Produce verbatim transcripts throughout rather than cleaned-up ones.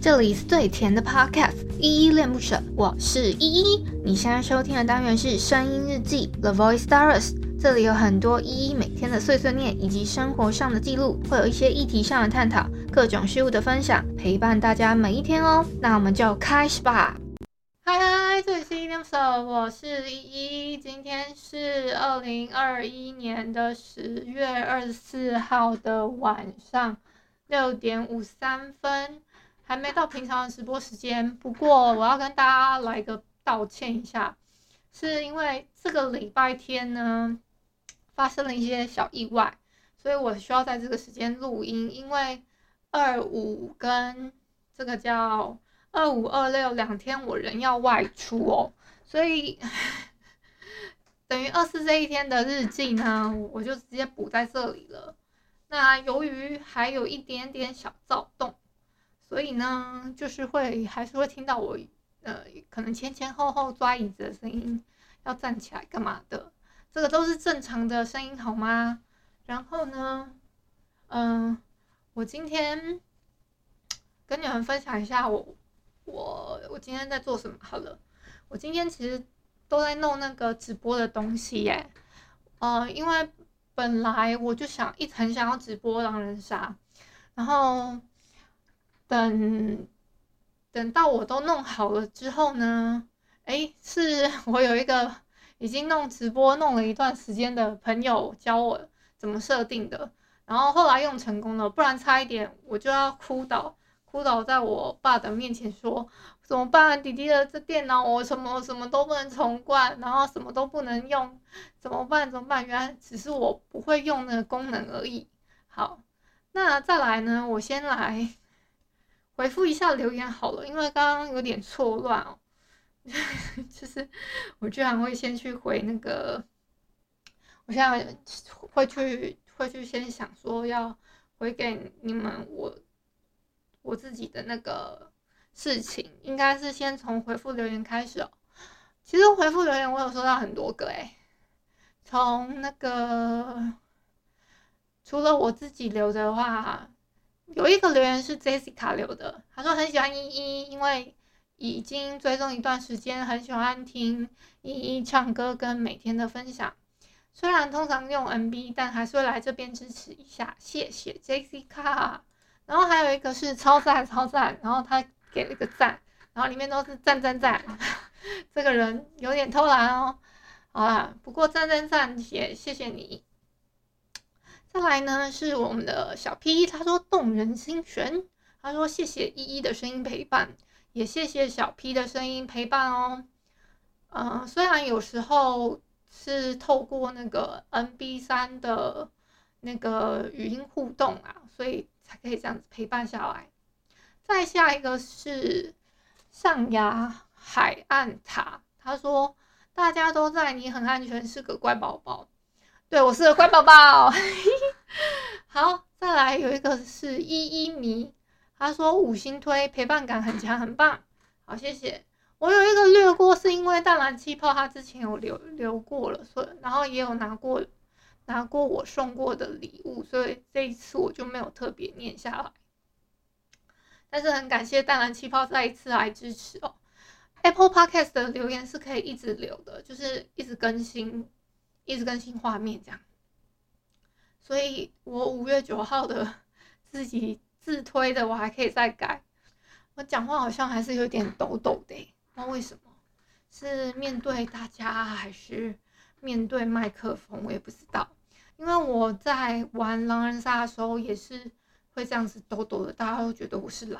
这里是最甜的 Podcast， 依依恋不舍，我是依依。你现在收听的单元是声音日记 The Voice Diaries， 这里有很多依依每天的碎碎念以及生活上的记录，会有一些议题上的探讨，各种事物的分享，陪伴大家每一天哦。那我们就开始吧。嗨嗨，这里是依依恋不舍，我是依依。今天是二零二一年的十月二十四号的晚上六点五十三分，还没到平常的直播时间。不过我要跟大家来个道歉一下，是因为这个礼拜天呢发生了一些小意外，所以我需要在这个时间录音。因为二五跟这个叫二五二六两天我人要外出哦，所以等于二四这一天的日记呢，我就直接补在这里了。那由于还有一点点小躁动，所以呢，就是会还是会听到我呃可能前前后后抓椅子的声音，要站起来干嘛的，这个都是正常的声音好吗？然后呢，嗯、呃，我今天跟你们分享一下我我我今天在做什么好了。我今天其实都在弄那个直播的东西耶，呃，因为本来我就想一直很想要直播狼人杀，然后等等到我都弄好了之后呢，诶，是我有一个已经弄直播弄了一段时间的朋友教我怎么设定的，然后后来用成功了，不然差一点我就要哭倒。哭倒在我爸的面前说怎么办，弟弟的这电脑我什么什么都不能重灌，然后什么都不能用，怎么办怎么办？原来只是我不会用那个功能而已。好，那再来呢，我先来回复一下留言好了，因为刚刚有点错乱哦。就是我居然会先去回那个，我现在会去会去先想说要回给你们我。我自己的那个事情，应该是先从回复留言开始哦。其实回复留言我有收到很多个诶，从那个除了我自己留的话，有一个留言是 Jessica 留的，她说很喜欢依依，因为已经追踪一段时间，很喜欢听依依唱歌跟每天的分享。虽然通常用 N B， 但还是会来这边支持一下，谢谢 Jessica。然后还有一个是超赞超赞，然后他给了一个赞，然后里面都是赞赞赞，这个人有点偷懒哦。好啦，不过赞赞赞也谢谢你。再来呢是我们的小 P， 他说动人心弦，他说谢谢依依的声音陪伴，也谢谢小 P 的声音陪伴哦。呃，虽然有时候是透过那个 N B 三 的那个语音互动啊，所以才可以这样子陪伴下来。再下一个是上牙海岸塔，他说大家都在，你很安全，是个乖宝宝。对，我是个乖宝宝。好，再来有一个是依依迷，他说五星推，陪伴感很强，很棒。好，谢谢。我有一个略过，是因为淡蓝气泡他之前有留留过了，所以然后也有拿过拿过我送过的礼物，所以这一次我就没有特别念下来。但是很感谢淡蓝气泡再一次来支持哦。Apple Podcast 的留言是可以一直留的，就是一直更新，一直更新画面这样。所以我五月九号的自己自推的，我还可以再改。我讲话好像还是有点抖抖的，不知道为什么，是面对大家还是面对麦克风，我也不知道。因为我在玩狼人杀的时候也是会这样子抖抖的，大家都觉得我是狼。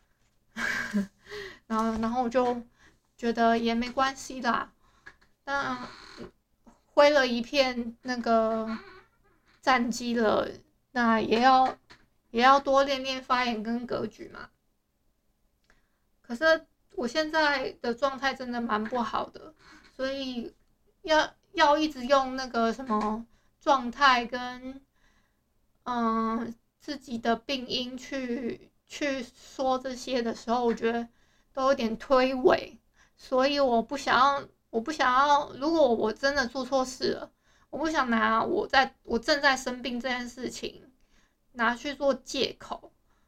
然后然后我就觉得也没关系啦，但挥了一片那个战绩了，那也要也要多练练发言跟格局嘛。可是我现在的状态真的蛮不好的，所以要要一直用那个什么状态跟嗯自己的病因去去说这些的时候，我觉得都有点推诿，所以我不想要，我不想要，如果我真的做错事了，我不想拿我在我正在生病这件事情拿去做借口，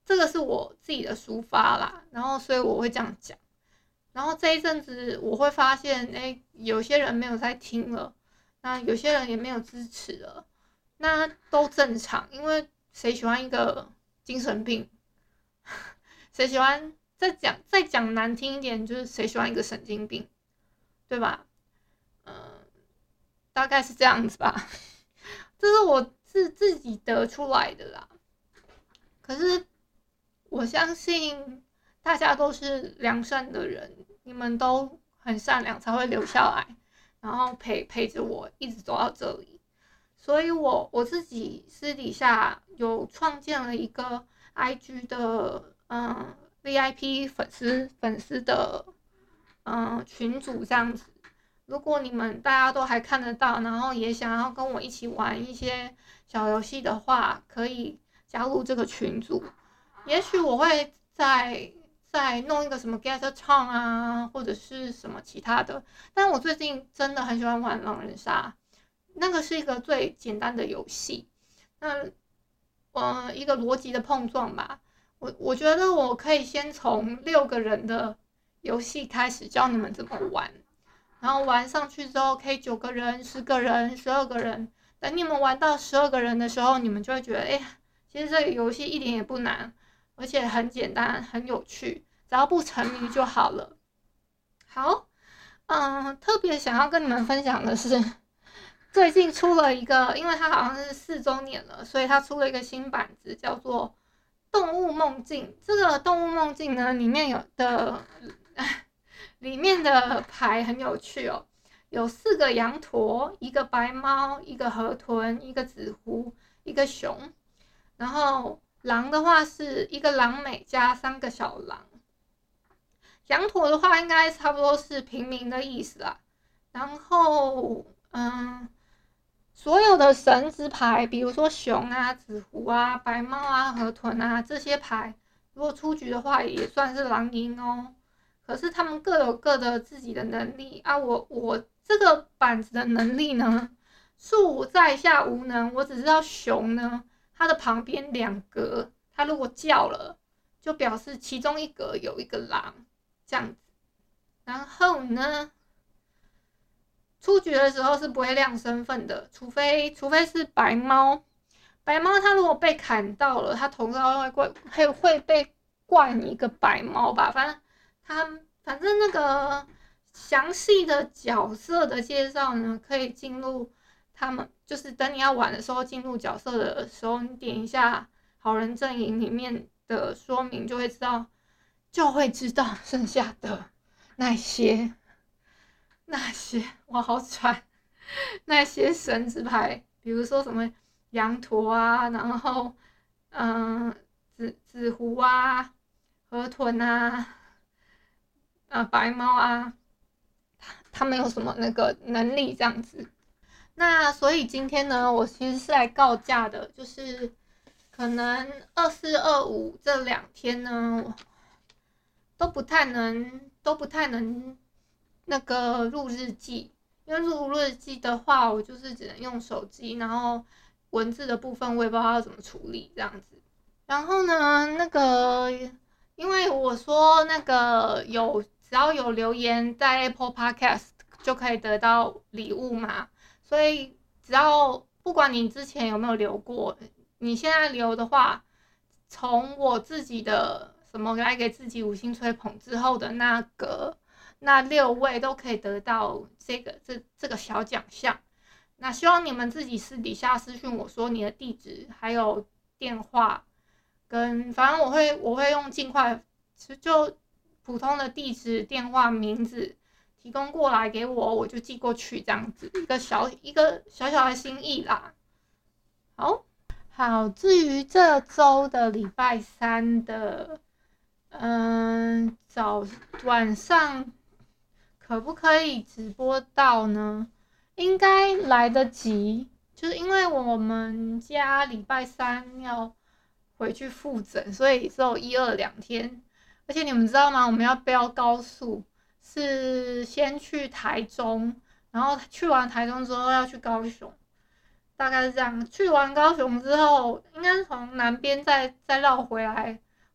这个是我自己的抒发啦，然后所以我会这样讲。然后这一阵子我会发现，哎，有些人没有在听了，那有些人也没有支持了，那都正常，因为谁喜欢一个精神病？谁喜欢再讲再讲难听一点，就是谁喜欢一个神经病，对吧？嗯、呃，大概是这样子吧。这是我自自己得出来的啦。可是我相信大家都是良善的人，你们都很善良才会留下来，然后陪陪着我一直走到这里。所以我我自己私底下有创建了一个 I G 的嗯 V I P 粉丝粉丝的嗯群组这样子。如果你们大家都还看得到，然后也想要跟我一起玩一些小游戏的话，可以加入这个群组。也许我会再再弄一个什么 Get a Town 啊，或者是什么其他的。但我最近真的很喜欢玩狼人杀，那个是一个最简单的游戏。那呃一个逻辑的碰撞吧。我我觉得我可以先从六个人的游戏开始教你们怎么玩。然后玩上去之后，可以九个人、十个人、十二个人。等你们玩到十二个人的时候，你们就会觉得，哎，其实这个游戏一点也不难，而且很简单、很有趣，只要不沉迷就好了。好，嗯，特别想要跟你们分享的是，最近出了一个，因为它好像是四周年了，所以它出了一个新板子，叫做《动物梦境》。这个《动物梦境》呢，里面有的。里面的牌很有趣哦，有四个羊驼，一个白猫，一个河豚，一个紫狐，一个熊。然后狼的话是一个狼美加三个小狼。羊驼的话应该差不多是平民的意思啦。然后嗯，所有的神之牌，比如说熊啊、紫狐啊、白猫啊、河豚啊这些牌，如果出局的话也算是狼赢哦。可是他们各有各的自己的能力啊，我我这个板子的能力呢，恕在下无能，我只知道熊呢，它的旁边两格，它如果叫了，就表示其中一格有一个狼，这样子。然后呢，出局的时候是不会亮身份的，除非除非是白猫，白猫它如果被砍到了，它头上会会会会被冠一个白猫吧，反正。他反正那个详细的角色的介绍呢，可以进入他们，就是等你要玩的时候进入角色的时候，你点一下好人阵营里面的说明，就会知道，就会知道剩下的那些那些我好喘，那些神之牌，比如说什么羊驼啊，然后嗯紫紫狐啊，河豚啊。啊，白猫啊，他们有什么那个能力这样子？那所以今天呢，我其实是来告假的，就是可能二四二五这两天呢，都不太能，都不太能那个录日记，因为录日记的话，我就是只能用手机，然后文字的部分我也不知道要怎么处理这样子。然后呢，那个因为我说那个有。只要有留言在 Apple Podcast 就可以得到礼物嘛，所以只要不管你之前有没有留过，你现在留的话，从我自己的什么来给自己五星吹捧之后的那个那六位都可以得到这个这这个小奖项。那希望你们自己私底下私讯我说你的地址还有电话，跟反正我会我会用尽快就。普通的地址、电话、名字提供过来给我，我就寄过去，这样子一个小一个小小的心意啦。好，好，至于这周的礼拜三的，嗯，早晚上可不可以直播到呢？应该来得及，就是因为我们家礼拜三要回去复诊，所以只有一二两天。而且你们知道吗？我们要飙高速，是先去台中，然后去完台中之后要去高雄，大概是这样。去完高雄之后，应该是从南边再再绕回来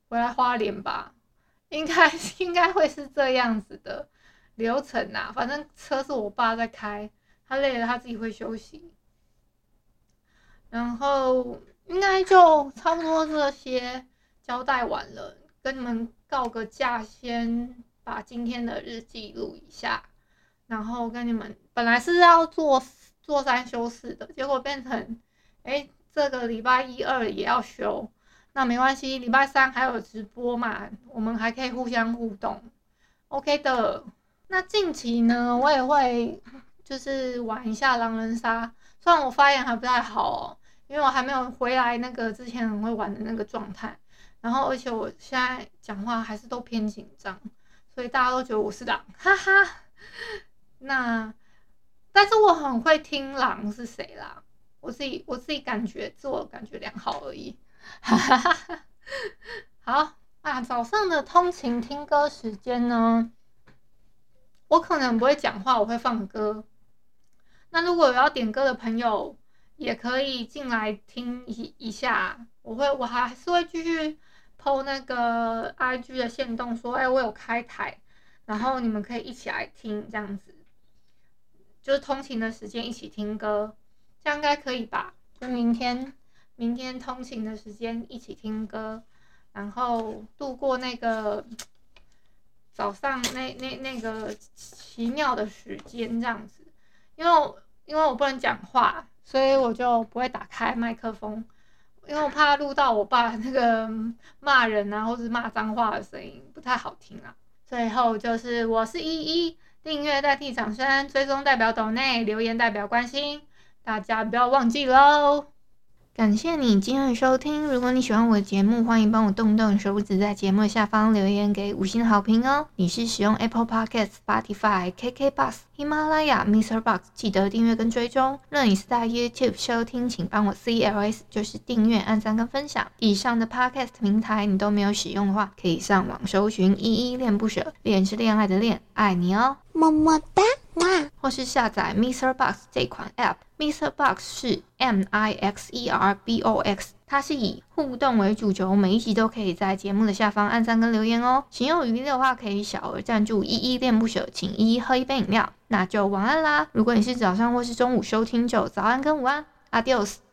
回来花莲吧，应该应该会是这样子的流程啊。反正车是我爸在开，他累了他自己会休息。然后应该就差不多这些交代完了，跟你们告个假，先把今天的日记录一下。然后跟你们本来是要做做三休四的，结果变成哎这个礼拜一二也要休。那没关系，礼拜三还有直播嘛，我们还可以互相互动 ，OK 的。那近期呢，我也会就是玩一下狼人杀，虽然我发言还不太好哦，因为我还没有回来那个之前很会玩的那个状态，然后而且我现在讲话还是都偏紧张，所以大家都觉得我是狼，哈哈。那但是我很会听狼是谁啦，我自己我自己感觉自我感觉良好而已。好啊，早上的通勤听歌时间呢，我可能不会讲话，我会放歌。那如果有要点歌的朋友，也可以进来听一一下。我会我还是会继续 po 那个 I G 的限动说，哎、欸，我有开台，然后你们可以一起来听，这样子，就是通勤的时间一起听歌，这样应该可以吧？就明天。明天通勤的时间一起听歌，然后度过那个早上那那那个奇妙的时间这样子。因为我因为我不能讲话，所以我就不会打开麦克风，因为我怕录到我爸那个骂人啊或是骂脏话的声音不太好听啊。最后就是我是依依，订阅代替掌声，追踪代表抖内，留言代表关心，大家不要忘记咯。感谢你今天的收听，如果你喜欢我的节目，欢迎帮我动动手指在节目下方留言给五星好评哦。你是使用 Apple Podcast、Spotify、K K Bus、喜马拉雅、Mister Box， 记得订阅跟追踪。若你是在 YouTube 收听，请帮我 C L S， 就是订阅、按赞跟分享。以上的 Podcast 平台你都没有使用的话，可以上网搜寻依依恋不舍，恋是恋爱的恋，爱你哦，么么哒。或是下载 Mister Box 这款 App，Mister Box 是 M I X E R B O X， 它是以互动为主轴，每一集都可以在节目的下方按赞跟留言哦。情有余力的话，可以小额赞助依依恋不舍，请依依喝一杯饮料。那就晚安啦！如果你是早上或是中午收听，就早安跟午安 ，Adios。